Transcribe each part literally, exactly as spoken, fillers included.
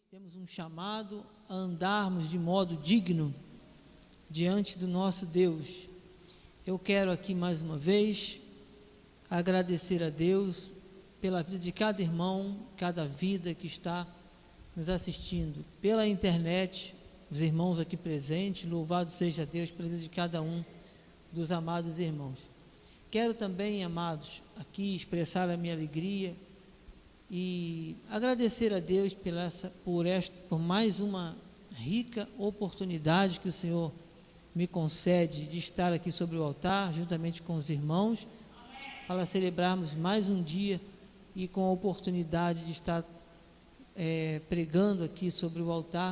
temos um chamado a andarmos de modo digno diante do nosso Deus. Eu quero aqui mais uma vez agradecer a Deus pela vida de cada irmão, cada vida que está nos assistindo pela internet, os irmãos aqui presentes. Louvado seja Deus pela vida de cada um dos amados irmãos. Quero também, amados, aqui expressar a minha alegria e agradecer a Deus pela essa, por, esta, por mais uma rica oportunidade que o Senhor me concede de estar aqui sobre o altar, juntamente com os irmãos, para celebrarmos mais um dia e com a oportunidade de estar é, pregando aqui sobre o altar.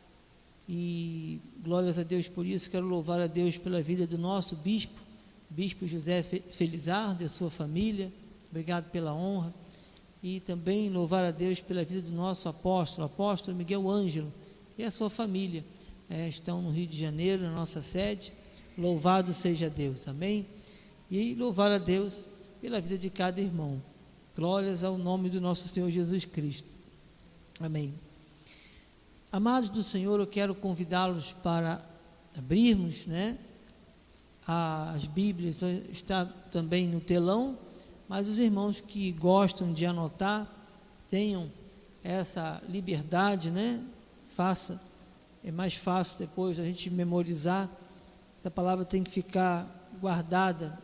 E glórias a Deus por isso. Quero louvar a Deus pela vida do nosso bispo, bispo José Felizardo, da sua família. Obrigado pela honra. E também louvar a Deus pela vida do nosso apóstolo, apóstolo Miguel Ângelo e a sua família. É, estão no Rio de Janeiro, na nossa sede. Louvado seja Deus, amém? E louvar a Deus pela vida de cada irmão. Glórias ao nome do nosso Senhor Jesus Cristo, amém. Amados do Senhor, eu quero convidá-los para abrirmos, né, as Bíblias. Está também no telão, mas os irmãos que gostam de anotar, tenham essa liberdade, né, faça, é mais fácil depois a gente memorizar. Essa palavra tem que ficar guardada.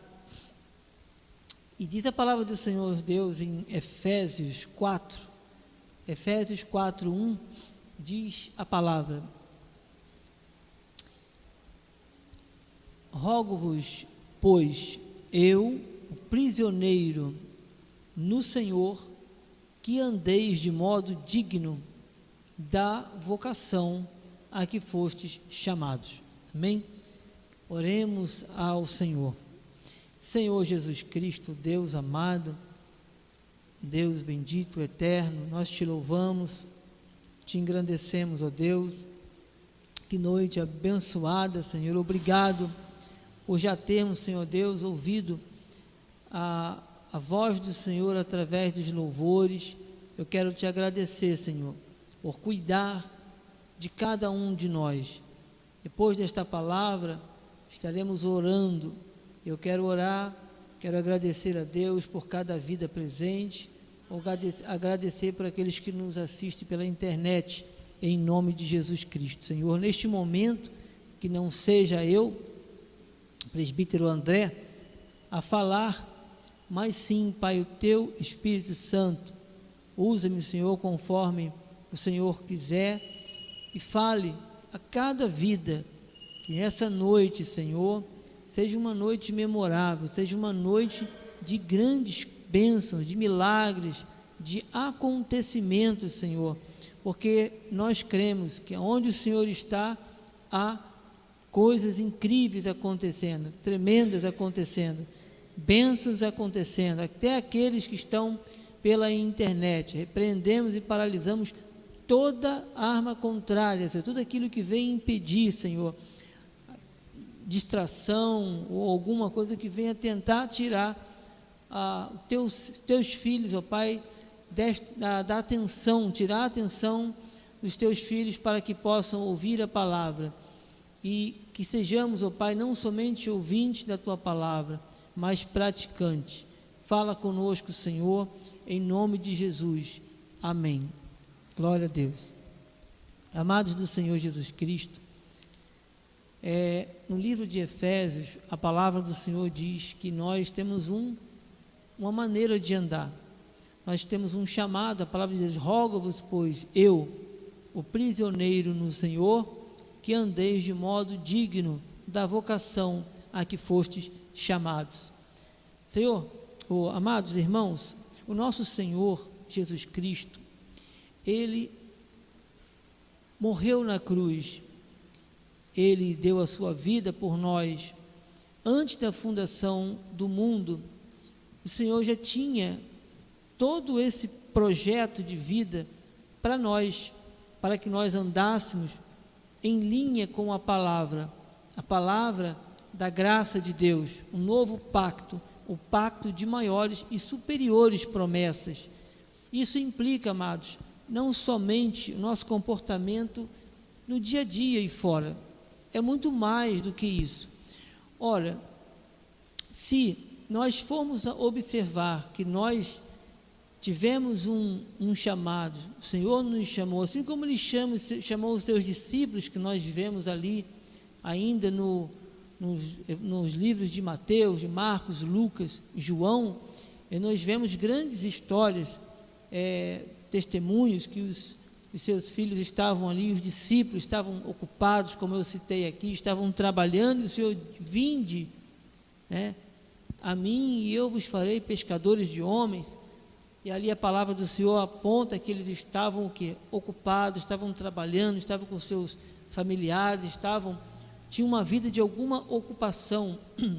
E diz a palavra do Senhor Deus em Efésios quatro, Efésios quatro, um, diz a palavra: rogo-vos, pois, eu, o prisioneiro no Senhor, que andeis de modo digno da vocação a que fostes chamados. Amém? Oremos ao Senhor. Senhor Jesus Cristo, Deus amado, Deus bendito, eterno, nós te louvamos, te engrandecemos, ó Deus. Que noite abençoada, Senhor. Obrigado por já termos, Senhor Deus, ouvido a, a voz do Senhor através dos louvores. Eu quero te agradecer, Senhor, por cuidar de cada um de nós. Depois desta palavra, estaremos orando. Eu quero orar, quero agradecer a Deus por cada vida presente, agradecer por aqueles que nos assistem pela internet, em nome de Jesus Cristo. Senhor, neste momento, que não seja eu, presbítero André, a falar, mas sim, Pai, o teu Espírito Santo. Usa-me, Senhor, conforme o Senhor quiser, e fale a cada vida, que essa noite, Senhor, seja uma noite memorável, seja uma noite de grandes bênçãos, de milagres, de acontecimentos, Senhor, porque nós cremos que onde o Senhor está, há coisas incríveis acontecendo, tremendas acontecendo, bênçãos acontecendo, até aqueles que estão pela internet. Repreendemos e paralisamos toda arma contrária, Senhor, tudo aquilo que vem impedir, Senhor, distração ou alguma coisa que venha tentar tirar ah, teus, teus filhos, ó Pai, desta, da, da atenção, tirar a atenção dos teus filhos para que possam ouvir a palavra, e que sejamos, ó Pai, não somente ouvintes da tua palavra, mas praticantes. Fala conosco, Senhor, em nome de Jesus, amém. Glória a Deus. Amados do Senhor Jesus Cristo, É, no livro de Efésios, a palavra do Senhor diz que nós temos um, uma maneira de andar, nós temos um chamado. A palavra diz: rogo-vos, pois, eu, o prisioneiro no Senhor, que andeis de modo digno da vocação a que fostes chamados. Senhor, oh, amados irmãos, o nosso Senhor Jesus Cristo, Ele morreu na cruz. Ele deu a sua vida por nós. Antes da fundação do mundo, o Senhor já tinha todo esse projeto de vida para nós, para que nós andássemos em linha com a palavra, a palavra da graça de Deus, um novo pacto, o pacto de maiores e superiores promessas. Isso implica, amados, não somente o nosso comportamento no dia a dia e fora, é muito mais do que isso. Olha, se nós formos observar que nós tivemos um, um chamado, o Senhor nos chamou, assim como Ele chama, chamou os seus discípulos, que nós vivemos ali, ainda no, nos, nos livros de Mateus, de Marcos, Lucas, João, e nós vemos grandes histórias, é, testemunhos que os, os seus filhos estavam ali, os discípulos estavam ocupados, como eu citei aqui, estavam trabalhando, e o Senhor, vinde, né, a mim e eu vos farei pescadores de homens. E ali a palavra do Senhor aponta que eles estavam o quê? Ocupados, estavam trabalhando, estavam com seus familiares, estavam, tinham uma vida de alguma ocupação.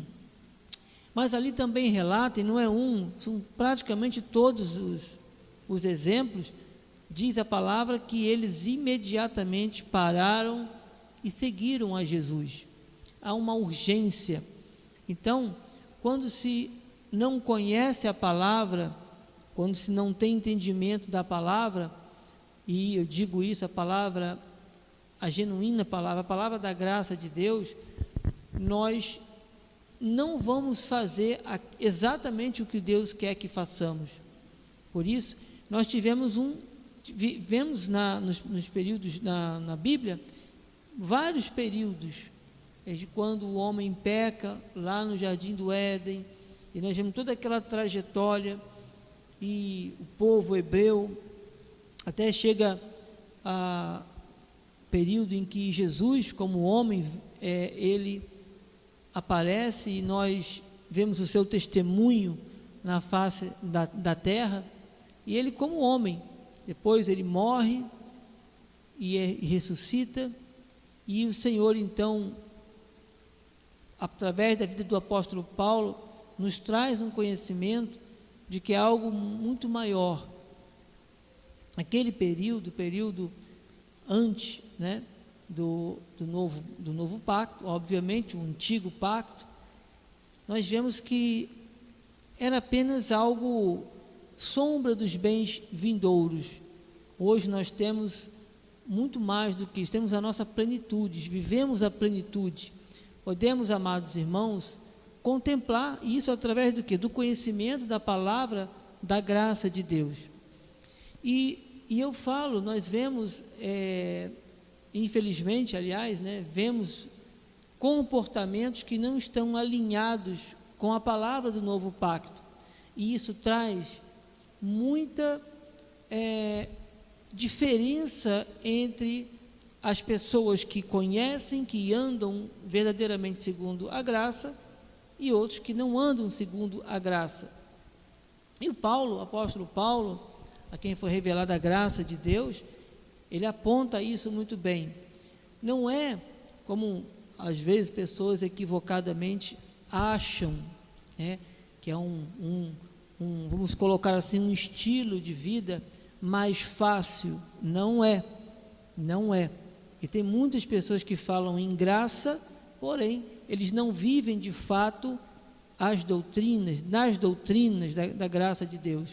Mas ali também relata, e não é um, são praticamente todos os, os exemplos, diz a palavra que eles imediatamente pararam e seguiram a Jesus. Há uma urgência. Então, quando se não conhece a palavra, quando se não tem entendimento da palavra, e eu digo isso, a palavra, a genuína palavra, a palavra da graça de Deus, nós não vamos fazer exatamente o que Deus quer que façamos. Por isso, nós tivemos um, vivemos na, nos, nos períodos na, na Bíblia, vários períodos, desde quando o homem peca, lá no Jardim do Éden, e nós vemos toda aquela trajetória, e o povo hebreu, até chega a período em que Jesus, como homem, é, ele aparece e nós vemos o seu testemunho na face da, da terra, e ele como homem, depois ele morre e, é, e ressuscita, e o Senhor então, através da vida do apóstolo Paulo, nos traz um conhecimento de que é algo muito maior. Aquele período, período antes, né, do, do, novo, do novo pacto, obviamente o antigo pacto, nós vemos que era apenas algo, sombra dos bens vindouros. Hoje nós temos muito mais do que isso, temos a nossa plenitude, vivemos a plenitude. Podemos, amados irmãos, contemplar isso através do quê? Do conhecimento da palavra, da graça de Deus. E, e eu falo, nós vemos, é, infelizmente, aliás, né, vemos comportamentos que não estão alinhados com a palavra do novo pacto. E isso traz muita é, diferença entre as pessoas que conhecem, que andam verdadeiramente segundo a graça, e outros que não andam segundo a graça. E o Paulo, o apóstolo Paulo, a quem foi revelada a graça de Deus, ele aponta isso muito bem. Não é como às vezes pessoas equivocadamente acham, né, que é um, um, um, vamos colocar assim, um estilo de vida mais fácil. Não é, não é. E tem muitas pessoas que falam em graça, porém, eles não vivem de fato as doutrinas, nas doutrinas da, da graça de Deus.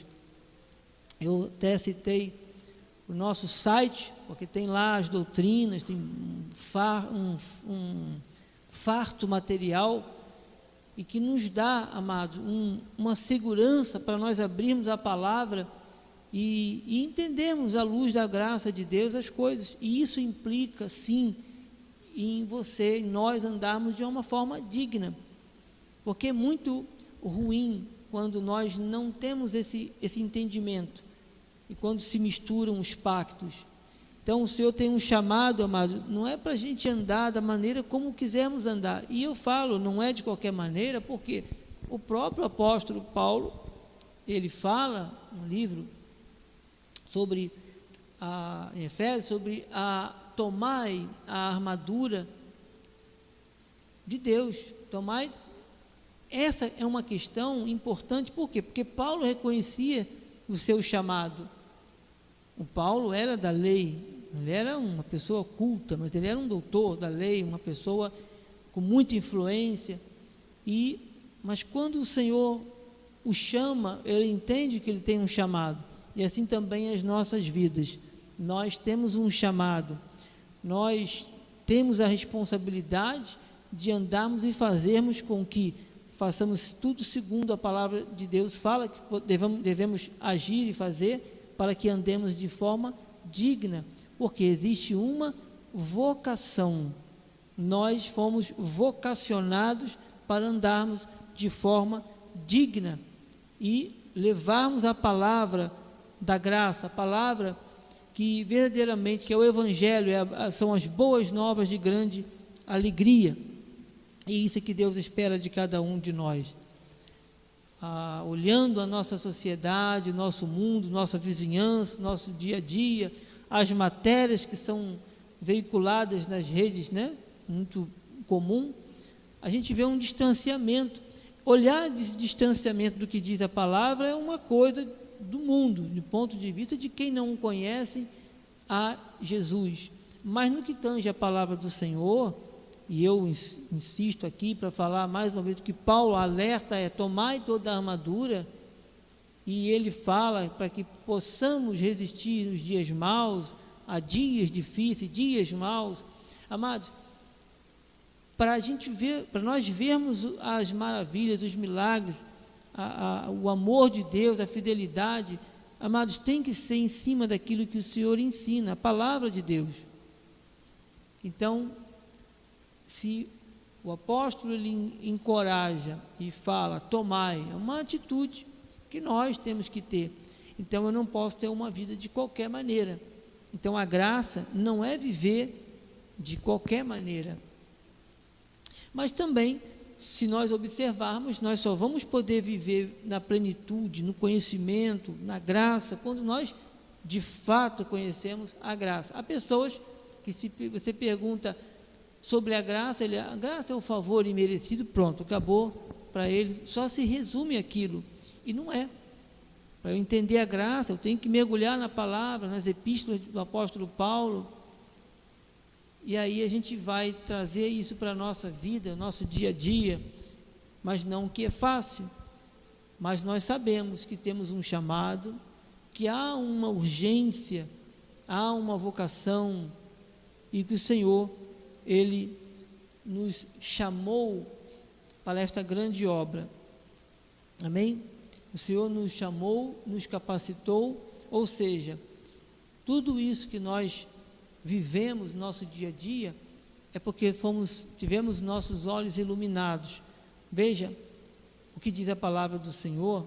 Eu até citei o nosso site, porque tem lá as doutrinas, tem um, far, um, um farto material, e que nos dá, amados, um, uma segurança para nós abrirmos a palavra e, e entendermos à luz da graça de Deus as coisas. E isso implica, sim, em você, em nós andarmos de uma forma digna, porque é muito ruim quando nós não temos esse, esse entendimento, e quando se misturam os pactos. Então o Senhor tem um chamado, amado, não é para a gente andar da maneira como quisermos andar, e eu falo, não é de qualquer maneira, porque o próprio apóstolo Paulo, ele fala no livro sobre a, em Efésios, sobre a tomai a armadura de Deus, tomai. Essa é uma questão importante, por quê? Porque Paulo reconhecia o seu chamado. O Paulo era da lei, ele era uma pessoa culta, mas ele era um doutor da lei, uma pessoa com muita influência, e, mas quando o Senhor o chama, ele entende que ele tem um chamado, e assim também as nossas vidas. Nós temos um chamado, nós temos a responsabilidade de andarmos e fazermos com que façamos tudo segundo a palavra de Deus fala que devemos, devemos agir e fazer, para que andemos de forma digna, porque existe uma vocação. Nós fomos vocacionados para andarmos de forma digna e levarmos a palavra da graça, a palavra que verdadeiramente, que é o Evangelho, é, são as boas novas de grande alegria, e isso é que Deus espera de cada um de nós. Ah, olhando a nossa sociedade, nosso mundo, nossa vizinhança, nosso dia a dia, as matérias que são veiculadas nas redes, né, muito comum, a gente vê um distanciamento. Olhar esse distanciamento do que diz a palavra é uma coisa do mundo, do ponto de vista de quem não conhece a Jesus. Mas no que tange a palavra do Senhor, e eu insisto aqui para falar mais uma vez, o que Paulo alerta é: tomai toda a armadura, e ele fala para que possamos resistir nos dias maus, a dias difíceis, dias maus. Amados, para a gente ver, para nós vermos as maravilhas, os milagres, a, a, o amor de Deus, a fidelidade, amados, tem que ser em cima daquilo que o Senhor ensina, a palavra de Deus. Então, se o apóstolo ele encoraja e fala, tomai, é uma atitude que nós temos que ter. Então eu não posso ter uma vida de qualquer maneira. Então a graça não é viver de qualquer maneira. Mas também, se nós observarmos, nós só vamos poder viver na plenitude, no conhecimento, na graça, quando nós de fato conhecemos a graça. Há pessoas que, se você pergunta sobre a graça, ele, a graça é o favor imerecido, pronto, acabou para ele, só se resume aquilo, e não é. Para eu entender a graça, eu tenho que mergulhar na palavra, nas epístolas do apóstolo Paulo, e aí a gente vai trazer isso para a nossa vida, nosso dia a dia, mas não que é fácil, mas nós sabemos que temos um chamado, que há uma urgência, há uma vocação, e que o Senhor, Ele nos chamou para esta grande obra, amém? O Senhor nos chamou, nos capacitou, ou seja, tudo isso que nós vivemos no nosso dia a dia, é porque fomos, tivemos nossos olhos iluminados. Veja o que diz a palavra do Senhor: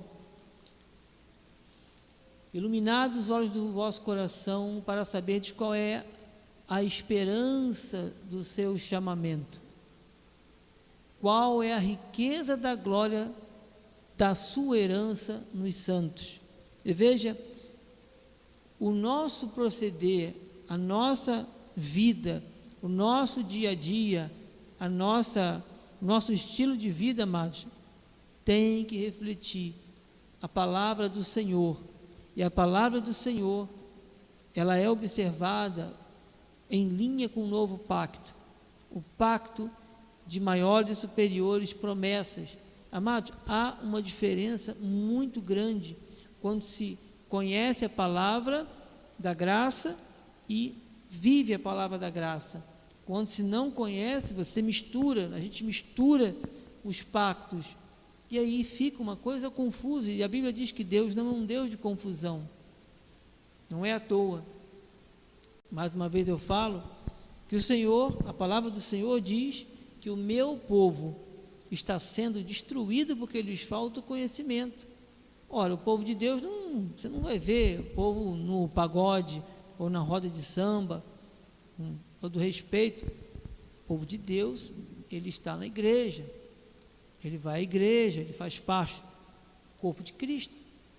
iluminados os olhos do vosso coração, para saber de qual é a esperança do seu chamamento, qual é a riqueza da glória da sua herança nos santos. E veja, o nosso proceder, a nossa vida, o nosso dia a dia, a nossa, o nosso estilo de vida, amados, tem que refletir a palavra do Senhor. E a palavra do Senhor, ela é observada em linha com o novo pacto, o pacto de maiores e superiores promessas. Amados, há uma diferença muito grande quando se conhece a palavra da graça e vive a palavra da graça. Quando se não conhece, você mistura, a gente mistura os pactos, e aí fica uma coisa confusa, e a Bíblia diz que Deus não é um Deus de confusão, não é à toa. Mais uma vez eu falo que o Senhor, a palavra do Senhor diz que o meu povo está sendo destruído porque lhes falta o conhecimento. Ora, o povo de Deus, não, você não vai ver o povo no pagode ou na roda de samba, com todo respeito. O povo de Deus, ele está na igreja, ele vai à igreja, ele faz parte do corpo de Cristo.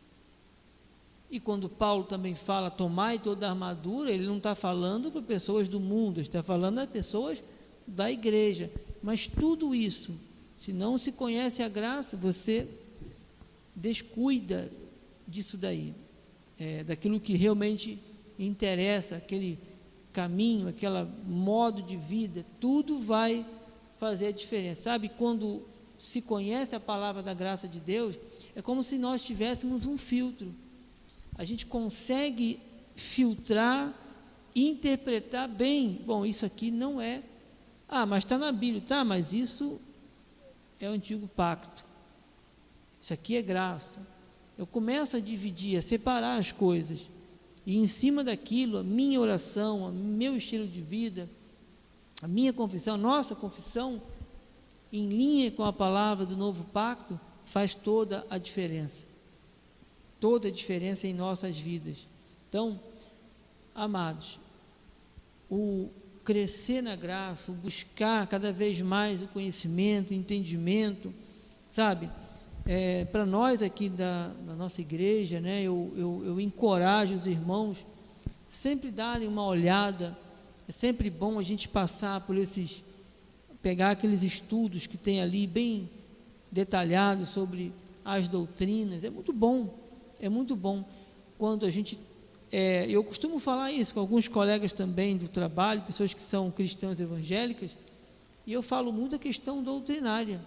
E quando Paulo também fala, tomai toda a armadura, ele não está falando para pessoas do mundo, ele está falando a pessoas da igreja. Mas tudo isso, se não se conhece a graça, você descuida disso daí, é, daquilo que realmente interessa, aquele caminho, aquele modo de vida, tudo vai fazer a diferença. Sabe, quando se conhece a palavra da graça de Deus, é como se nós tivéssemos um filtro. a gente consegue filtrar, interpretar bem. Bom, isso aqui não é, ah, mas está na Bíblia, tá, mas isso é o antigo pacto, isso aqui é graça. Eu começo a dividir, a separar as coisas, e em cima daquilo, a minha oração, o meu estilo de vida, a minha confissão, a nossa confissão, em linha com a palavra do novo pacto, faz toda a diferença, toda a diferença em nossas vidas. Então, amados, o crescer na graça, o buscar cada vez mais o conhecimento, o entendimento, sabe, é, para nós aqui da, da nossa igreja, né, eu, eu, eu encorajo os irmãos sempre darem uma olhada. É sempre bom a gente passar por esses, pegar aqueles estudos que tem ali bem detalhados sobre as doutrinas. É muito bom, é muito bom quando a gente, é, eu costumo falar isso com alguns colegas também do trabalho, pessoas que são cristãs evangélicas, e eu falo muito a questão doutrinária,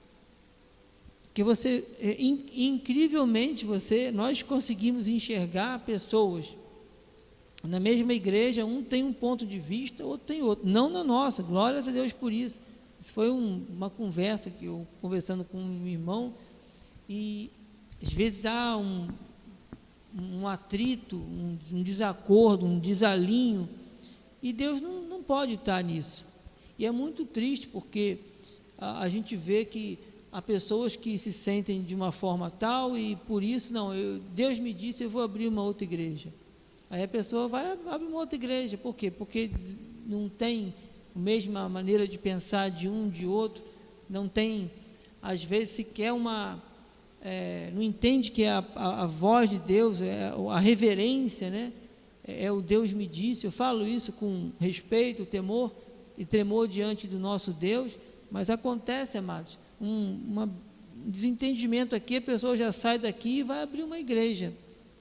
que você, é, in, incrivelmente, você, nós conseguimos enxergar pessoas na mesma igreja, um tem um ponto de vista, outro tem outro, não na nossa, glórias a Deus por isso. Isso foi um, uma conversa que eu, conversando com um irmão, e às vezes há um, um atrito, um, um desacordo, um desalinho, e Deus não, não pode estar nisso, e é muito triste, porque a, a gente vê que há pessoas que se sentem de uma forma tal, e por isso, não, eu, Deus me disse, eu vou abrir uma outra igreja. Aí a pessoa vai abrir uma outra igreja. Por quê? Porque não tem a mesma maneira de pensar de um, de outro, não tem, às vezes, sequer uma, é, não entende que a, a, a voz de Deus, é, a reverência, né, é, é o Deus me disse. Eu falo isso com respeito, temor e tremor diante do nosso Deus, mas acontece, amados, um uma, um desentendimento aqui, a pessoa já sai daqui e vai abrir uma igreja.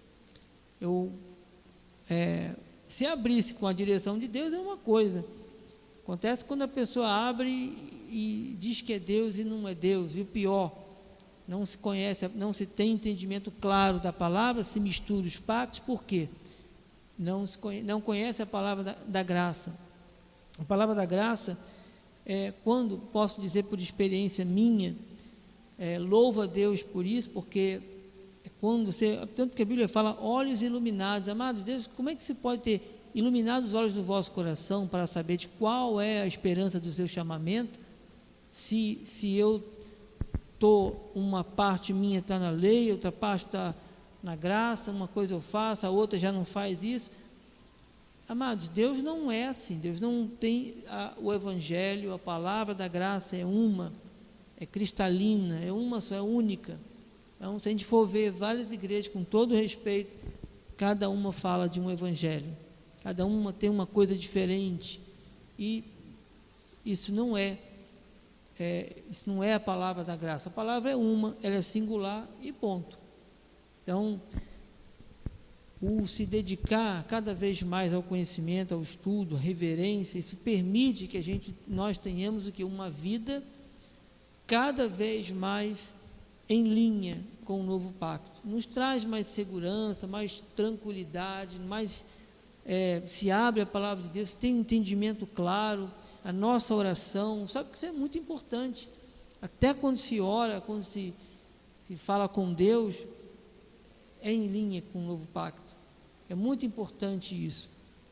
Eu É, se abrisse com a direção de Deus é uma coisa, acontece quando a pessoa abre e, e diz que é Deus e não é Deus, e o pior, não se conhece, não se tem entendimento claro da palavra, se mistura os pactos. Por quê? Não, se conhece, não conhece a palavra da, da graça. A palavra da graça, é, quando, posso dizer por experiência minha, é, louvo a Deus por isso, porque quando você, tanto que a Bíblia fala olhos iluminados, amados, Deus, como é que você pode ter iluminado os olhos do vosso coração para saber de qual é a esperança do seu chamamento, se, se eu estou, uma parte minha está na lei, outra parte está na graça, uma coisa eu faço, a outra já não faz isso. Amados, Deus não é assim, Deus não tem, a, o Evangelho, a palavra da graça é uma, é cristalina, é uma só, é única. Então, se a gente for ver várias igrejas, com todo respeito, cada uma fala de um evangelho, cada uma tem uma coisa diferente, e isso não é, é, isso não é a palavra da graça. A palavra é uma, ela é singular e ponto. Então, o se dedicar cada vez mais ao conhecimento, ao estudo, à reverência, isso permite que a gente, nós tenhamos o que? Uma vida cada vez mais em linha com o novo pacto, nos traz mais segurança, mais tranquilidade, mais, é, se abre a palavra de Deus, tem um entendimento claro, a nossa oração, sabe que isso é muito importante, até quando se ora, quando se, se fala com Deus, é em linha com o novo pacto, é muito importante isso.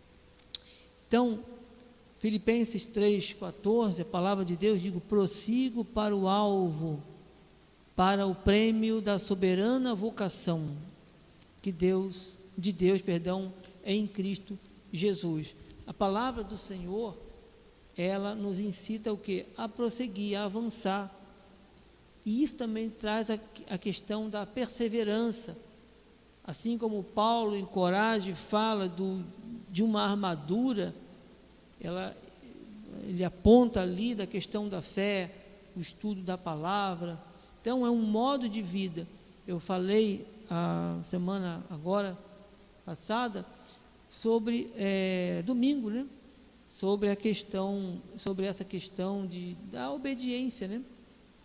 Então, Filipenses três, quatorze, a palavra de Deus, digo, prossigo para o alvo, para o prêmio da soberana vocação que Deus, de Deus, perdão, é em Cristo Jesus. A palavra do Senhor, ela nos incita o quê? A prosseguir, a avançar. E isso também traz a, a questão da perseverança. Assim como Paulo encoraja e fala do, de uma armadura, ela, ele aponta ali da questão da fé, o estudo da palavra. Então, é um modo de vida. Eu falei a semana agora passada sobre, é, domingo, né? Sobre a questão, sobre essa questão de, da obediência, né?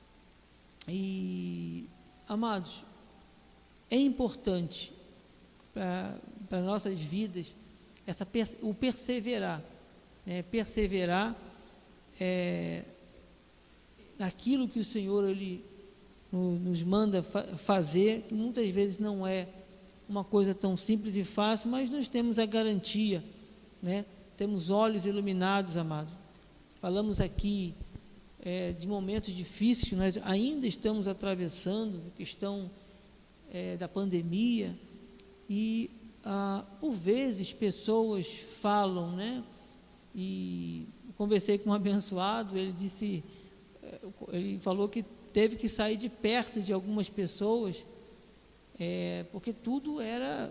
E, amados, é importante para nossas vidas, essa, o perseverar, né? Perseverar é, naquilo que o Senhor ele, nos manda fa fazer, que muitas vezes não é uma coisa tão simples e fácil, mas nós temos a garantia, né? Temos olhos iluminados, amado. Falamos aqui é, de momentos difíceis que nós ainda estamos atravessando, a questão é, da pandemia, e ah, por vezes pessoas falam, né? E conversei com um abençoado, ele disse, ele falou que teve que sair de perto de algumas pessoas, é, porque tudo era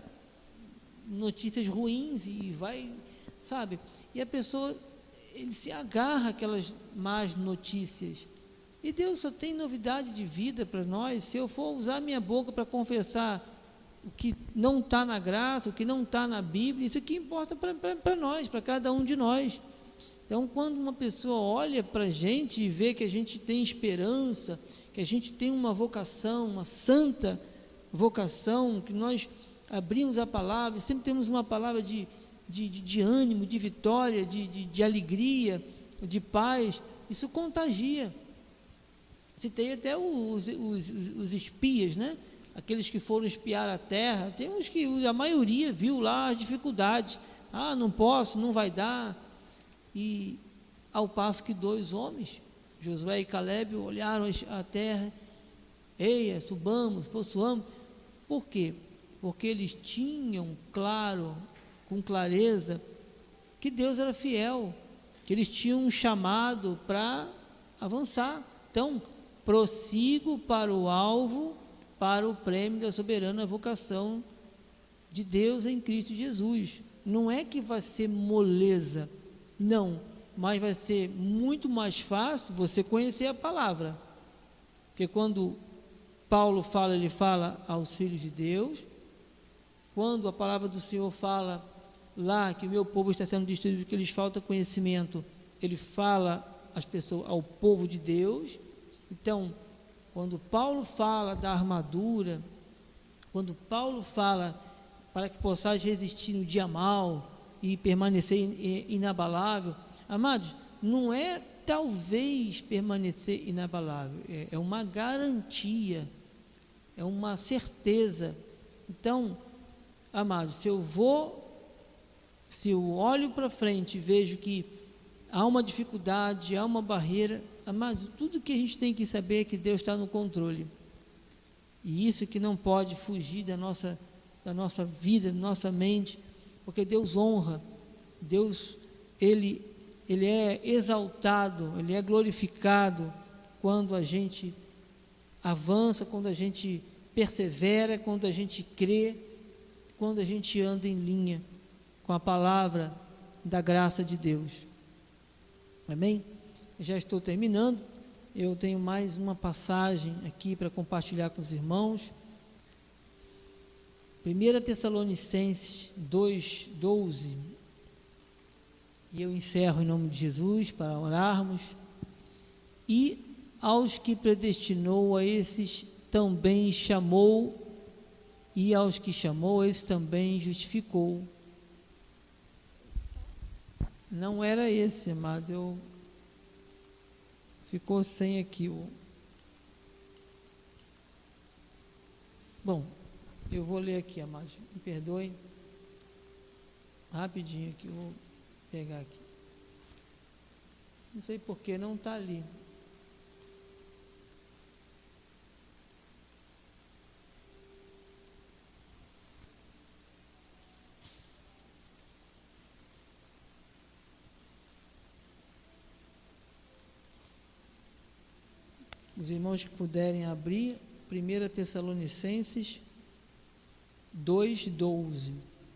notícias ruins e vai, sabe? E a pessoa, ele se agarra àquelas más notícias. E Deus só tem novidade de vida para nós. Se eu for usar minha boca para confessar o que não está na graça, o que não está na Bíblia, isso que importa para nós, para cada um de nós. Então, quando uma pessoa olha para a gente e vê que a gente tem esperança, que a gente tem uma vocação, uma santa vocação, que nós abrimos a palavra e sempre temos uma palavra de, de, de, de ânimo, de vitória, de, de, de alegria, de paz, isso contagia. Citei até os, os, os espias, né? Aqueles que foram espiar a terra, tem uns que a maioria viu lá as dificuldades, ah, não posso, não vai dar. E ao passo que dois homens, Josué e Caleb, olharam a terra, eia, subamos, possuamos. Por quê? Porque eles tinham claro, com clareza, que Deus era fiel, que eles tinham um chamado para avançar. Então, prossigo para o alvo, para o prêmio da soberana vocação de Deus em Cristo Jesus. Não é que vai ser moleza, não, mas vai ser muito mais fácil você conhecer a palavra, porque quando Paulo fala, ele fala aos filhos de Deus, quando a palavra do Senhor fala lá que o meu povo está sendo destruído porque lhes falta conhecimento, ele fala às pessoas, ao povo de Deus. Então, quando Paulo fala da armadura, quando Paulo fala para que possais resistir no dia mau e permanecer inabalável, amados, não é talvez permanecer inabalável, é, é uma garantia, é uma certeza. Então, amados, se eu vou, se eu olho para frente e vejo que há uma dificuldade, há uma barreira, amados, tudo que a gente tem que saber é que Deus está no controle, e isso que não pode fugir da nossa, da nossa vida, da nossa mente, porque Deus honra, Deus, Ele, Ele é exaltado, Ele é glorificado quando a gente avança, quando a gente persevera, quando a gente crê, quando a gente anda em linha com a palavra da graça de Deus. Amém? Já estou terminando, eu tenho mais uma passagem aqui para compartilhar com os irmãos. primeira Tessalonicenses dois, doze, e eu encerro em nome de Jesus para orarmos. E aos que predestinou, a esses também chamou, e aos que chamou, a esses também justificou. Não era esse, amado, eu ficou sem aqui o... Bom, eu vou ler aqui, amados, me perdoem, rapidinho aqui, eu vou pegar aqui, não sei porque não está ali. Os irmãos que puderem abrir, primeira Tessalonicenses dois, doze.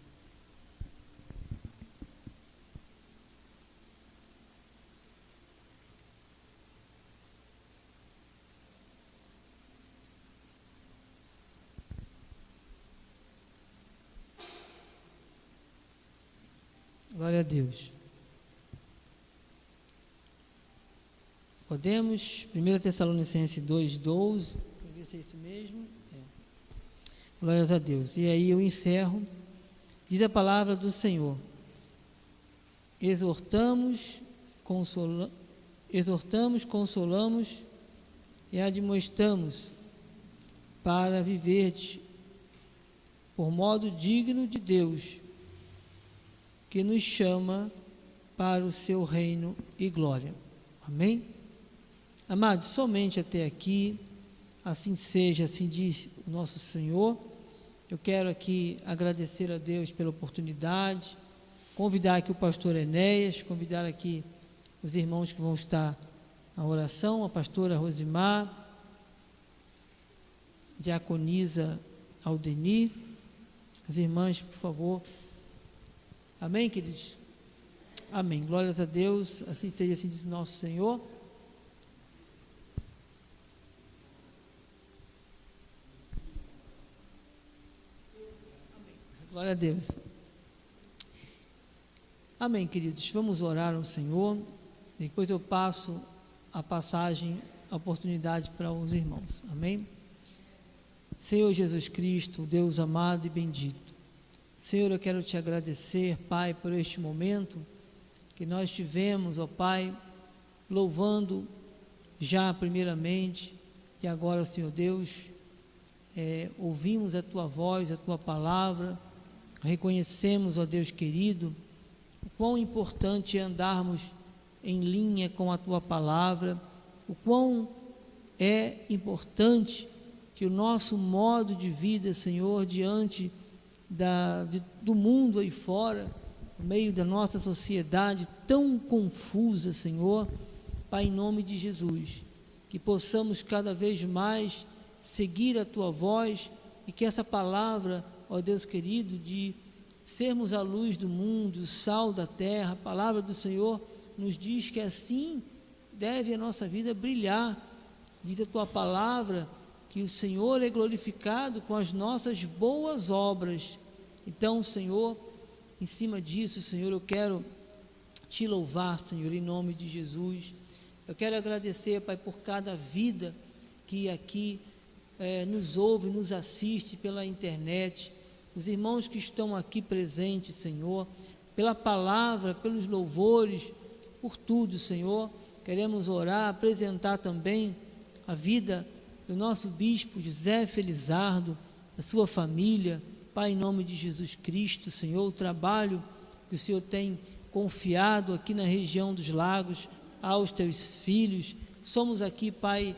Glória a Deus. Podemos? primeira Tessalonicenses dois, doze. Para ver se é isso mesmo. É. Glórias a Deus. E aí eu encerro Diz a palavra do Senhor: exortamos, consola, exortamos, consolamos e admoestamos para viverdes por modo digno de Deus, que nos chama para o seu reino e glória. Amém? Amados, somente até aqui, assim seja, assim diz o nosso Senhor. Eu quero aqui agradecer a Deus pela oportunidade, convidar aqui o pastor Enéas, convidar aqui os irmãos que vão estar na oração, a pastora Rosimar, diaconisa Aldeni, as irmãs, por favor. Amém, queridos? Amém. Glórias a Deus, assim seja, assim diz o nosso Senhor. Glória a Deus. Amém, queridos. Vamos orar ao Senhor. Depois eu passo a passagem, a oportunidade para os irmãos. Amém? Senhor Jesus Cristo, Deus amado e bendito. Senhor, eu quero te agradecer, Pai, por este momento que nós tivemos, ó Pai, louvando já primeiramente, e agora, Senhor Deus, é, ouvimos a Tua voz, a Tua palavra, reconhecemos, ó Deus querido, o quão importante é andarmos em linha com a Tua palavra, o quão é importante que o nosso modo de vida, Senhor, diante da, de, do mundo aí fora, no meio da nossa sociedade tão confusa, Senhor, Pai, em nome de Jesus, que possamos cada vez mais seguir a Tua voz e que essa palavra, ó Deus querido, de sermos a luz do mundo, o sal da terra, a palavra do Senhor nos diz que assim deve a nossa vida brilhar. Diz a Tua palavra que o Senhor é glorificado com as nossas boas obras. Então, Senhor, em cima disso, Senhor, eu quero Te louvar, Senhor, em nome de Jesus. Eu quero agradecer, Pai, por cada vida que aqui é, nos ouve, nos assiste pela internet, os irmãos que estão aqui presentes, Senhor, pela palavra, pelos louvores, por tudo, Senhor. Queremos orar, apresentar também a vida do nosso bispo José Felizardo, a sua família, Pai, em nome de Jesus Cristo, Senhor, o trabalho que o Senhor tem confiado aqui na região dos lagos aos Teus filhos. Somos aqui, Pai,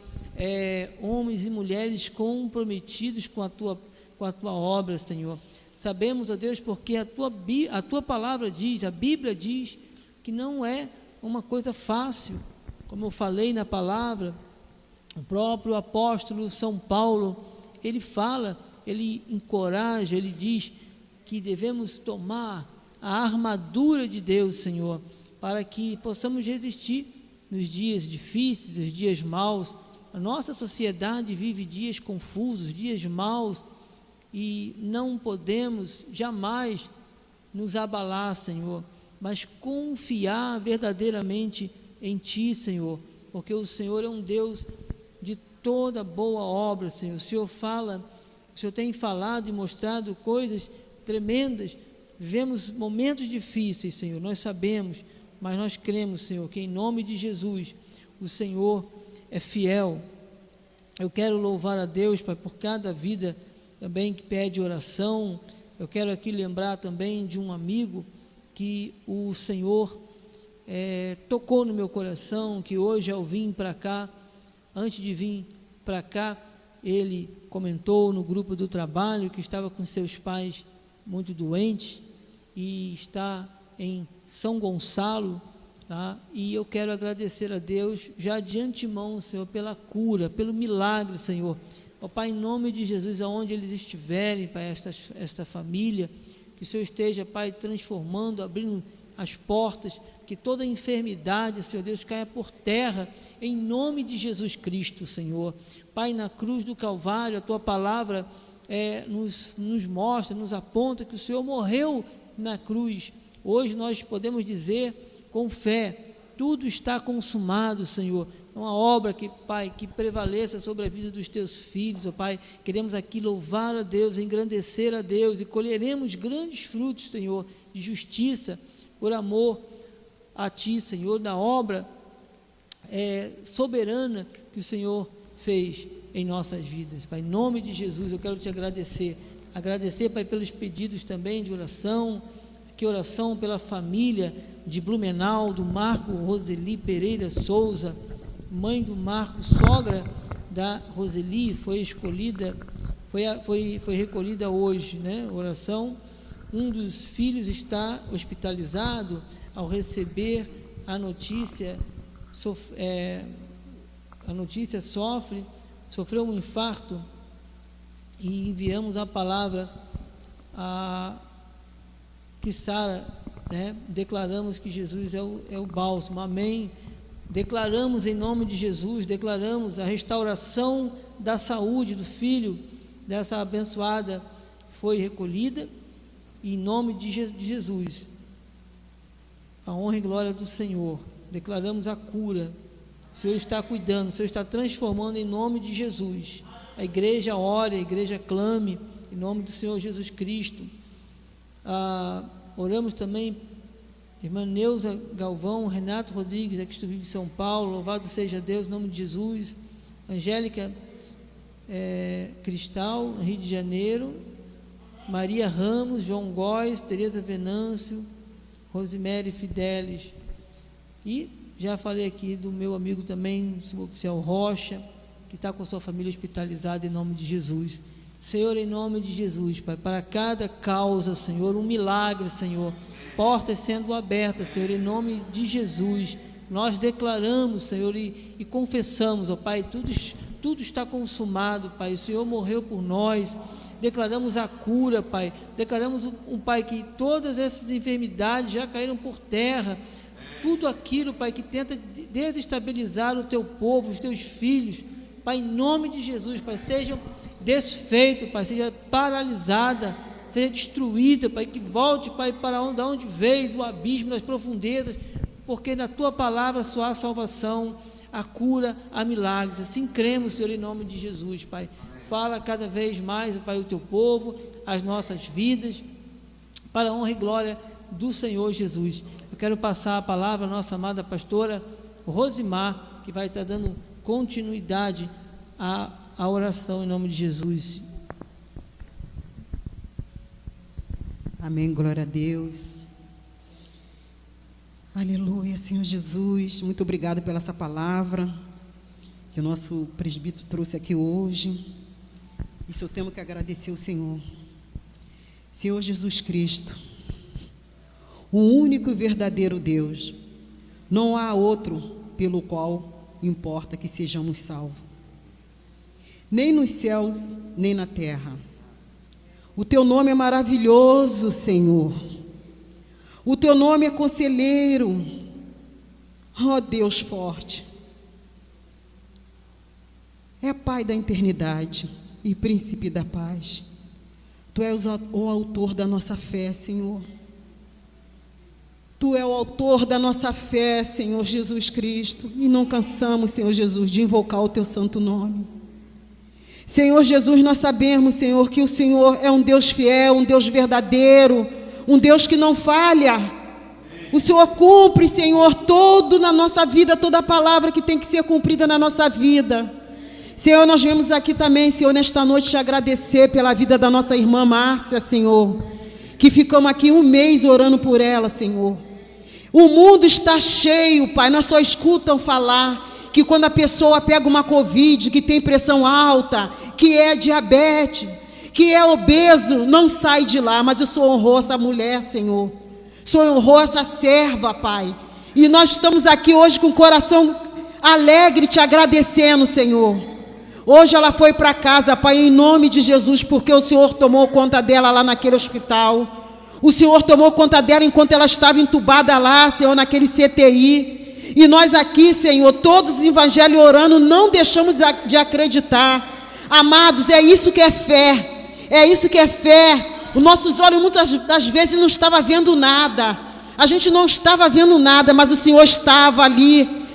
é, homens e mulheres comprometidos com a Tua, com a Tua obra, Senhor. Sabemos, ó Deus, porque a tua, a tua palavra diz, a Bíblia diz, que não é uma coisa fácil. Como eu falei na palavra, o próprio apóstolo São Paulo, ele fala, ele encoraja, ele diz que devemos tomar a armadura de Deus, Senhor, para que possamos resistir nos dias difíceis, os dias maus. A nossa sociedade vive dias confusos, dias maus, e não podemos jamais nos abalar, Senhor, mas confiar verdadeiramente em Ti, Senhor, porque o Senhor é um Deus de toda boa obra, Senhor. O Senhor fala, o Senhor tem falado e mostrado coisas tremendas. Vivemos momentos difíceis, Senhor, nós sabemos, mas nós cremos, Senhor, que em nome de Jesus o Senhor é fiel. Eu quero louvar a Deus, Pai, por cada vida também que pede oração. Eu quero aqui lembrar também de um amigo que o Senhor é, tocou no meu coração, que hoje ao vir para cá, antes de vir para cá, ele comentou no grupo do trabalho que estava com seus pais muito doentes e está em São Gonçalo, tá? E eu quero agradecer a Deus já de antemão, Senhor, pela cura, pelo milagre, Senhor. Ó Pai, em nome de Jesus, aonde eles estiverem, Pai, esta, esta família, que o Senhor esteja, Pai, transformando, abrindo as portas, que toda enfermidade, Senhor Deus, caia por terra, em nome de Jesus Cristo, Senhor. Pai, na cruz do Calvário, a Tua palavra é, nos, nos mostra, nos aponta que o Senhor morreu na cruz. Hoje nós podemos dizer com fé, tudo está consumado, Senhor, uma obra que, Pai, que prevaleça sobre a vida dos teus filhos, ó Pai. Queremos aqui louvar a Deus, engrandecer a Deus, e colheremos grandes frutos, Senhor, de justiça, por amor a Ti, Senhor, da obra é, soberana que o Senhor fez em nossas vidas. Pai, em nome de Jesus, eu quero Te agradecer, agradecer, Pai, pelos pedidos também de oração, que oração pela família de Blumenau, do Marco Roseli Pereira Souza, mãe do Marco, sogra da Roseli, foi escolhida, foi, foi, foi recolhida hoje, né? Oração. Um dos filhos está hospitalizado ao receber a notícia, sof, é, a notícia sofre, sofreu um infarto, e enviamos a palavra a que Sara, né? Declaramos que Jesus é o, é o bálsamo, amém. Declaramos em nome de Jesus, declaramos a restauração da saúde do filho dessa abençoada que foi recolhida, e em nome de Jesus, a honra e glória do Senhor, declaramos a cura. O Senhor está cuidando, o Senhor está transformando em nome de Jesus. A igreja ore, a igreja clame em nome do Senhor Jesus Cristo. Ah, oramos também, irmã Neuza Galvão, Renato Rodrigues, aqui que vive em São Paulo, louvado seja Deus, em nome de Jesus. Angélica é, Cristal, no Rio de Janeiro. Maria Ramos, João Góes, Tereza Venâncio, Rosemary Fidelis. E já falei aqui do meu amigo também, o suboficial Rocha, que está com sua família hospitalizada em nome de Jesus. Senhor, em nome de Jesus, Pai, para cada causa, Senhor, um milagre, Senhor, portas sendo abertas, Senhor, em nome de Jesus, nós declaramos, Senhor, e, e confessamos, ó Pai, tudo, tudo está consumado, Pai, o Senhor morreu por nós, declaramos a cura, Pai, declaramos, um Pai, que todas essas enfermidades já caíram por terra, tudo aquilo, Pai, que tenta desestabilizar o Teu povo, os Teus filhos, Pai, em nome de Jesus, Pai, sejam desfeito, Pai, seja paralisada, seja destruída, Pai, que volte, Pai, para onde, onde veio, do abismo, das profundezas, porque na Tua palavra só há salvação, a cura, há milagres. Assim cremos, Senhor, em nome de Jesus, Pai. Fala cada vez mais, Pai, o Teu povo, as nossas vidas, para a honra e glória do Senhor Jesus. Eu quero passar a palavra à nossa amada pastora Rosimar, que vai estar dando continuidade à, à oração em nome de Jesus. Amém, glória a Deus. Aleluia, Senhor Jesus, muito obrigado pela essa palavra que o nosso presbítero trouxe aqui hoje. Isso eu tenho que agradecer ao Senhor. Senhor Jesus Cristo, o único e verdadeiro Deus, não há outro pelo qual importa que sejamos salvos, nem nos céus, nem na terra. O Teu nome é maravilhoso, Senhor. O Teu nome é conselheiro. Ó Deus forte. É Pai da eternidade e Príncipe da paz. Tu és o autor da nossa fé, Senhor. Tu és o autor da nossa fé, Senhor Jesus Cristo. E não cansamos, Senhor Jesus, de invocar o Teu santo nome. Senhor Jesus, nós sabemos, Senhor, que o Senhor é um Deus fiel, um Deus verdadeiro, um Deus que não falha. O Senhor cumpre, Senhor, todo na nossa vida, toda a palavra que tem que ser cumprida na nossa vida. Senhor, nós viemos aqui também, Senhor, nesta noite te agradecer pela vida da nossa irmã Márcia, Senhor, que ficamos aqui um mês orando por ela, Senhor. O mundo está cheio, Pai, nós só escutam falar que quando a pessoa pega uma Covid, que tem pressão alta, que é diabetes, que é obeso, não sai de lá. Mas o Senhor honrou essa mulher, Senhor. O Senhor honrou essa serva, Pai. E nós estamos aqui hoje com o coração alegre, te agradecendo, Senhor. Hoje ela foi para casa, Pai, em nome de Jesus, porque o Senhor tomou conta dela lá naquele hospital. O Senhor tomou conta dela enquanto ela estava entubada lá, Senhor, naquele C T I. E nós aqui, Senhor, todos os evangelhos orando, não deixamos de acreditar. Amados, é isso que é fé. É isso que é fé. Os nossos olhos muitas das vezes não estavam vendo nada. A gente não estava vendo nada, mas o Senhor estava ali,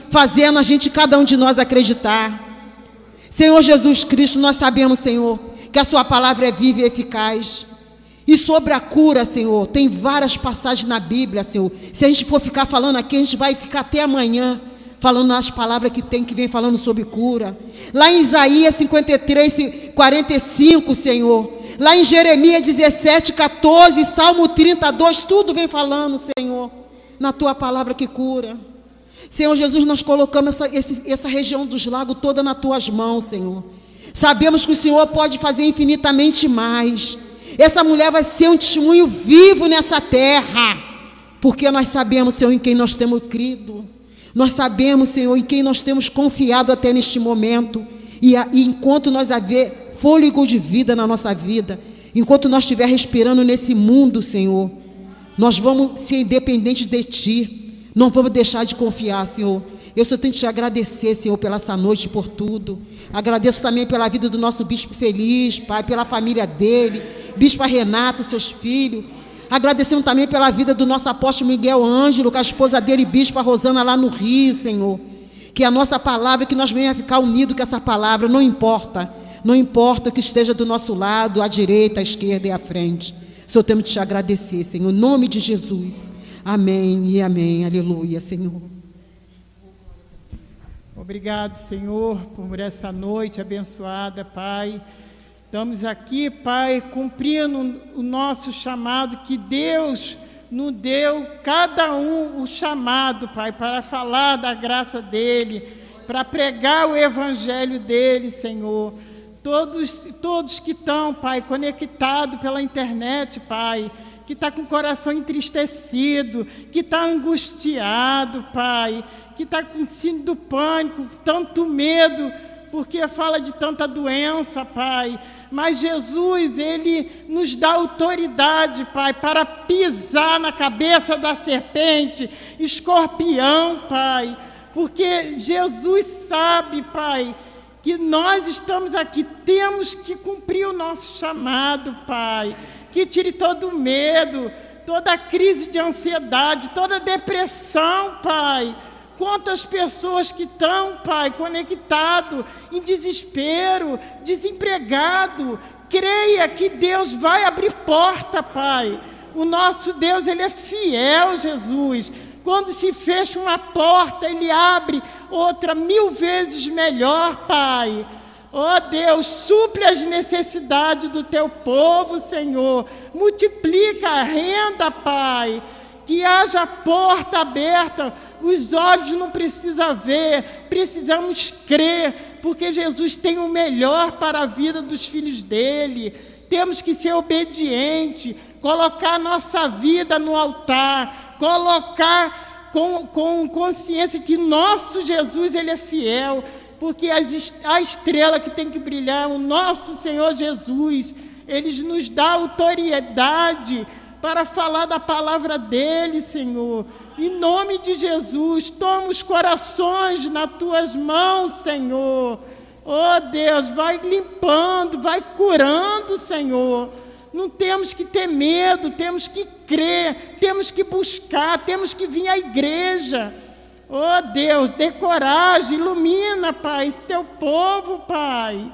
fazendo a gente, cada um de nós, acreditar. Senhor Jesus Cristo, nós sabemos, Senhor, que a sua palavra é viva e eficaz. E sobre a cura, Senhor, tem várias passagens na Bíblia, Senhor. Se a gente for ficar falando aqui, a gente vai ficar até amanhã falando as palavras que tem, que vem falando sobre cura. Lá em Isaías cinquenta e três, quarenta e cinco, Senhor. Lá em Jeremias dezessete, quatorze, Salmo trinta e dois, tudo vem falando, Senhor, na tua palavra que cura. Senhor Jesus, nós colocamos essa, esse, essa região dos lagos toda nas tuas mãos, Senhor. Sabemos que o Senhor pode fazer infinitamente mais. Essa mulher vai ser um testemunho vivo nessa terra, porque nós sabemos, Senhor, em quem nós temos crido. Nós sabemos, Senhor, em quem nós temos confiado até neste momento. E, a, e enquanto nós haver fôlego de vida na nossa vida, enquanto nós estiver respirando nesse mundo, Senhor, nós vamos ser independentes de Ti. Não vamos deixar de confiar, Senhor. Eu só tenho que te agradecer, Senhor, pela essa noite, por tudo. Agradeço também pela vida do nosso bispo Feliz, Pai, pela família dele, bispo Renato, seus filhos. Agradecendo também pela vida do nosso apóstolo Miguel Ângelo, com a esposa dele, bispo Rosana, lá no Rio, Senhor. Que a nossa palavra, que nós venhamos a ficar unidos com essa palavra, não importa. Não importa que esteja do nosso lado, à direita, à esquerda e à frente. Só temos que te agradecer, Senhor, em nome de Jesus. Amém e amém. Aleluia, Senhor. Obrigado, Senhor, por essa noite abençoada, Pai. Estamos aqui, Pai, cumprindo o nosso chamado, que Deus nos deu, cada um, o chamado, Pai, para falar da graça dEle, para pregar o evangelho dEle, Senhor. Todos, todos que estão, Pai, conectados pela internet, Pai, que está com o coração entristecido, que está angustiado, Pai, que está com síndrome do pânico, tanto medo, porque fala de tanta doença, Pai. Mas Jesus, Ele nos dá autoridade, Pai, para pisar na cabeça da serpente, escorpião, Pai, porque Jesus sabe, Pai, que nós estamos aqui, temos que cumprir o nosso chamado, Pai, que tire todo o medo, toda a crise de ansiedade, toda a depressão, Pai. Quantas pessoas que estão, Pai, conectados, em desespero, desempregado. Creia que Deus vai abrir porta, Pai. O nosso Deus, Ele é fiel, Jesus. Quando se fecha uma porta, Ele abre outra mil vezes melhor, Pai. Ó Deus, suple as necessidades do Teu povo, Senhor. Multiplica a renda, Pai. Que haja porta aberta. Os olhos não precisam ver, precisamos crer, porque Jesus tem o melhor para a vida dos filhos dele. Temos que ser obedientes, colocar nossa vida no altar, colocar com, com consciência que nosso Jesus, Ele é fiel, porque as, a estrela que tem que brilhar, o nosso Senhor Jesus, Ele nos dá autoridade para falar da palavra dEle, Senhor. Em nome de Jesus, toma os corações nas Tuas mãos, Senhor. Oh, Deus, vai limpando, vai curando, Senhor. Não temos que ter medo, temos que crer, temos que buscar, temos que vir à igreja. Oh, Deus, dê coragem, ilumina, Pai, esse Teu povo, Pai.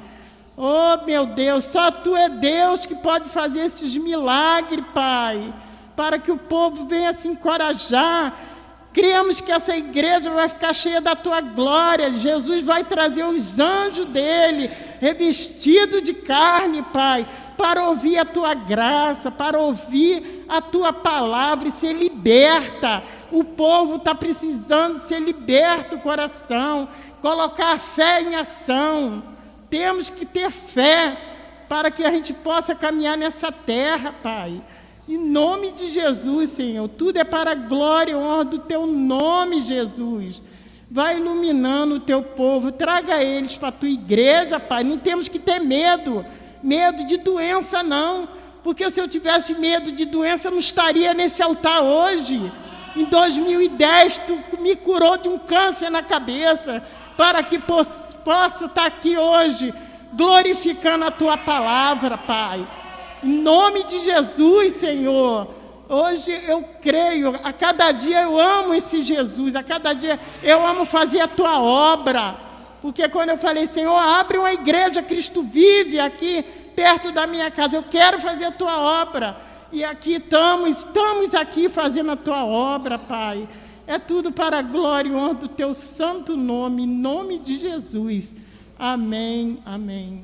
Oh, meu Deus, só Tu é Deus que pode fazer esses milagres, Pai, para que o povo venha se encorajar. Cremos que essa igreja vai ficar cheia da Tua glória. Jesus vai trazer os anjos dEle, revestidos de carne, Pai, para ouvir a Tua graça, para ouvir a Tua palavra e ser liberta. O povo está precisando ser liberto, o coração, colocar a fé em ação. Temos que ter fé para que a gente possa caminhar nessa terra, Pai. Em nome de Jesus, Senhor. Tudo é para a glória e honra do Teu nome, Jesus. Vai iluminando o Teu povo. Traga eles para a Tua igreja, Pai. Não temos que ter medo. Medo de doença, não. Porque se eu tivesse medo de doença, eu não estaria nesse altar hoje. Em dois mil e dez, Tu me curou de um câncer na cabeça, para que possa possa estar aqui hoje, glorificando a Tua palavra, Pai. Em nome de Jesus, Senhor. Hoje eu creio, a cada dia eu amo esse Jesus, a cada dia eu amo fazer a tua obra. Porque quando eu falei, Senhor, abre uma igreja, Cristo vive aqui perto da minha casa, eu quero fazer a tua obra. E aqui estamos, estamos aqui fazendo a tua obra, Pai. É tudo para a glória e honra do teu santo nome, em nome de Jesus. Amém, amém.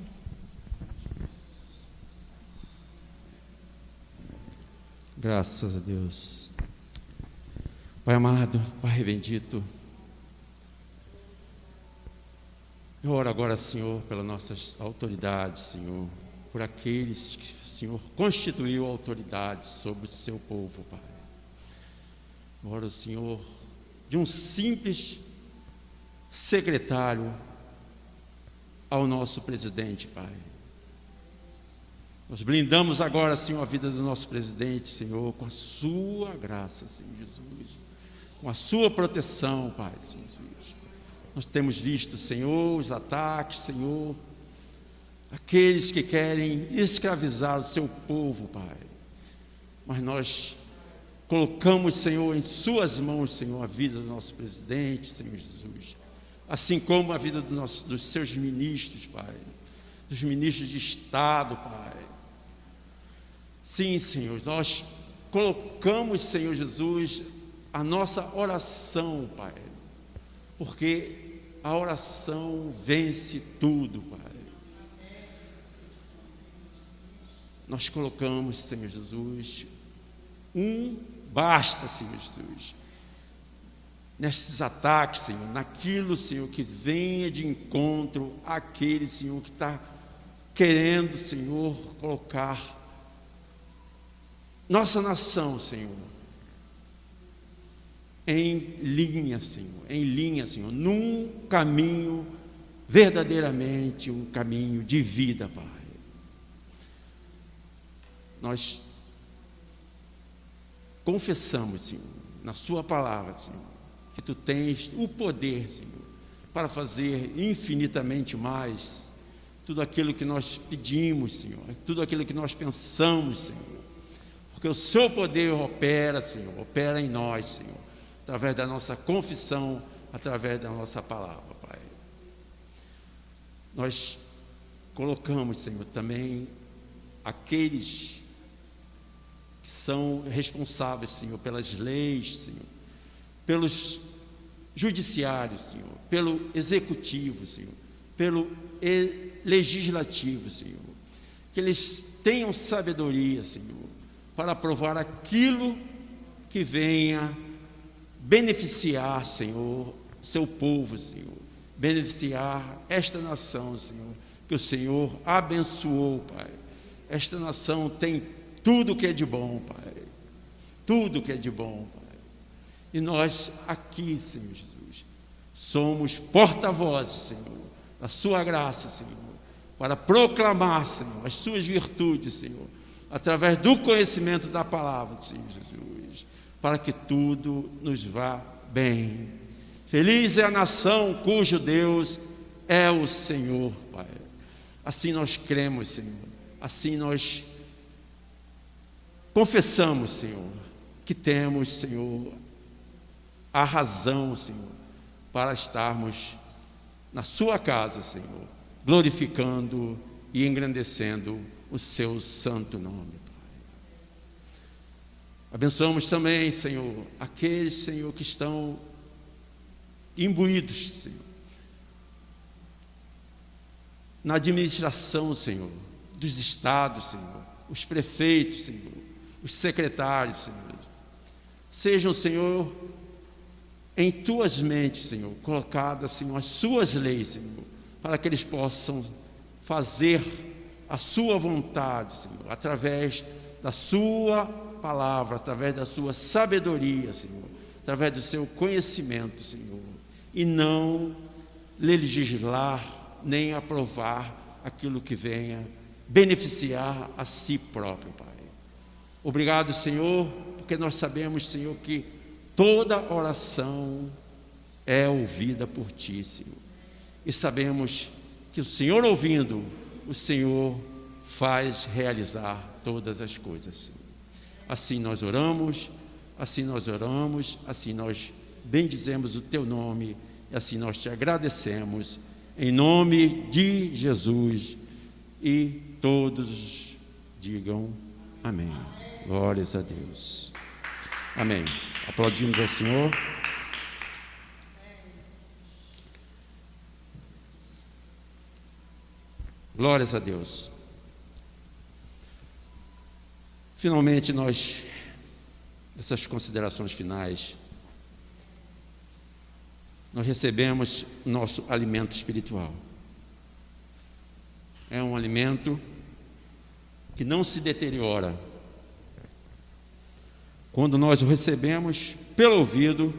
Graças a Deus. Pai amado, Pai bendito, eu oro agora, Senhor, pelas nossas autoridades, Senhor, por aqueles que o Senhor constituiu autoridade sobre o seu povo, Pai. Eu oro, Senhor, de um simples secretário ao nosso presidente, Pai. Nós blindamos agora, Senhor, a vida do nosso presidente, Senhor, com a sua graça, Senhor Jesus, com a sua proteção, Pai, Senhor Jesus. Nós temos visto, Senhor, os ataques, Senhor, aqueles que querem escravizar o seu povo, Pai. Mas nós colocamos, Senhor, em suas mãos, Senhor, a vida do nosso presidente, Senhor Jesus, assim como a vida do nosso, dos seus ministros, Pai, dos ministros de Estado, Pai. Sim, Senhor, nós colocamos, Senhor Jesus, a nossa oração, Pai, porque a oração vence tudo, Pai. Nós colocamos, Senhor Jesus, um basta, Senhor Jesus, nesses ataques, Senhor, naquilo, Senhor, que venha de encontro àquele, Senhor, que está querendo, Senhor, colocar nossa nação, Senhor, em linha, Senhor, em linha, Senhor, num caminho verdadeiramente, um caminho de vida, Pai. Nós confessamos, Senhor, na sua palavra, Senhor, que Tu tens o poder, Senhor, para fazer infinitamente mais tudo aquilo que nós pedimos, Senhor, tudo aquilo que nós pensamos, Senhor, porque o Seu poder opera, Senhor, opera em nós, Senhor, através da nossa confissão, através da nossa palavra, Pai. Nós colocamos, Senhor, também aqueles que são responsáveis, Senhor, pelas leis, Senhor, pelos judiciários, Senhor, pelo executivo, Senhor, pelo legislativo, Senhor, que eles tenham sabedoria, Senhor, para aprovar aquilo que venha beneficiar, Senhor, seu povo, Senhor, beneficiar esta nação, Senhor, que o Senhor abençoou, Pai. Esta nação tem tudo que é de bom, Pai, tudo que é de bom, Pai. E nós aqui, Senhor Jesus, somos porta-vozes, Senhor, da Sua graça, Senhor, para proclamar, Senhor, as Suas virtudes, Senhor, através do conhecimento da palavra, Senhor Jesus, para que tudo nos vá bem. Feliz é a nação cujo Deus é o Senhor, Pai. Assim nós cremos, Senhor, assim nós confessamos, Senhor, que temos, Senhor, a razão, Senhor, para estarmos na Sua casa, Senhor, glorificando e engrandecendo o Seu santo nome, Pai. Abençoamos também, Senhor, aqueles, Senhor, que estão imbuídos, Senhor, na administração, Senhor, dos estados, Senhor, os prefeitos, Senhor, os secretários, Senhor. Sejam, Senhor, em Tuas mentes, Senhor, colocadas, Senhor, as Suas leis, Senhor, para que eles possam fazer a Sua vontade, Senhor, através da Sua palavra, através da Sua sabedoria, Senhor, através do Seu conhecimento, Senhor, e não legislar nem aprovar aquilo que venha beneficiar a si próprio, Pai. Obrigado, Senhor, porque nós sabemos, Senhor, que toda oração é ouvida por Ti, Senhor, e sabemos que o Senhor ouvindo, o Senhor faz realizar todas as coisas, Senhor. Assim nós oramos, assim nós oramos, assim nós bendizemos o teu nome, e assim nós te agradecemos, em nome de Jesus, e todos digam amém. Glórias a Deus. Amém. Aplaudimos ao Senhor. Glórias a Deus. Finalmente, nós, essas considerações finais, nós recebemos nosso alimento espiritual. É um alimento que não se deteriora. Quando nós o recebemos pelo ouvido,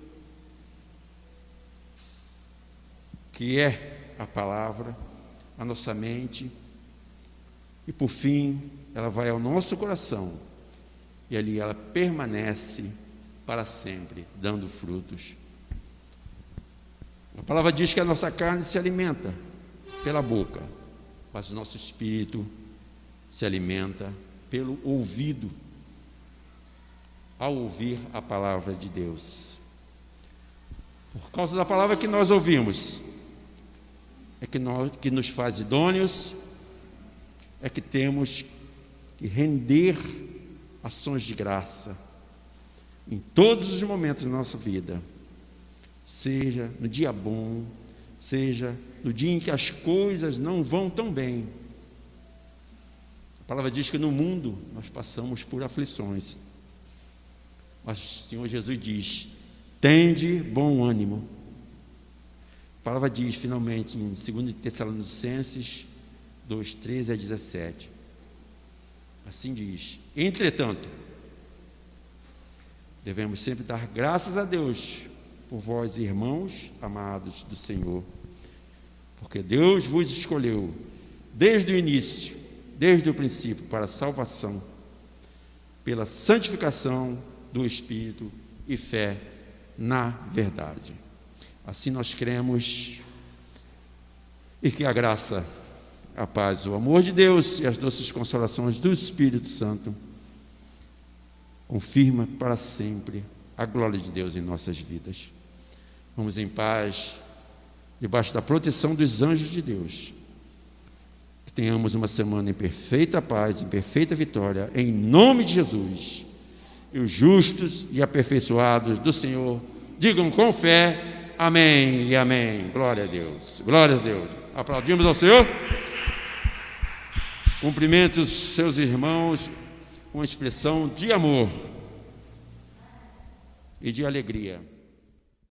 que é a palavra, a nossa mente, e por fim, ela vai ao nosso coração, e ali ela permanece para sempre, dando frutos. A palavra diz que a nossa carne se alimenta pela boca, mas o nosso espírito se alimenta pelo ouvido, ao ouvir a palavra de Deus. Por causa da palavra que nós ouvimos, é que, nós, que nos faz idôneos, é que temos que render ações de graça em todos os momentos da nossa vida, seja no dia bom, seja no dia em que as coisas não vão tão bem. A palavra diz que no mundo nós passamos por aflições, mas o Senhor Jesus diz: tende bom ânimo. A palavra diz finalmente em dois Tessalonicenses dois, treze a dezessete, assim diz: entretanto, devemos sempre dar graças a Deus por vós, irmãos amados do Senhor, porque Deus vos escolheu desde o início, desde o princípio, para a salvação, pela santificação do Espírito e fé na verdade. Assim nós cremos, e que a graça, a paz, o amor de Deus e as doces consolações do Espírito Santo confirma para sempre a glória de Deus em nossas vidas. Vamos em paz, debaixo da proteção dos anjos de Deus. Que tenhamos uma semana em perfeita paz, em perfeita vitória, em nome de Jesus. E os justos e aperfeiçoados do Senhor digam com fé: amém e amém. Glória a Deus. Glória a Deus. Aplaudimos ao Senhor. Cumprimente os seus irmãos com expressão de amor e de alegria.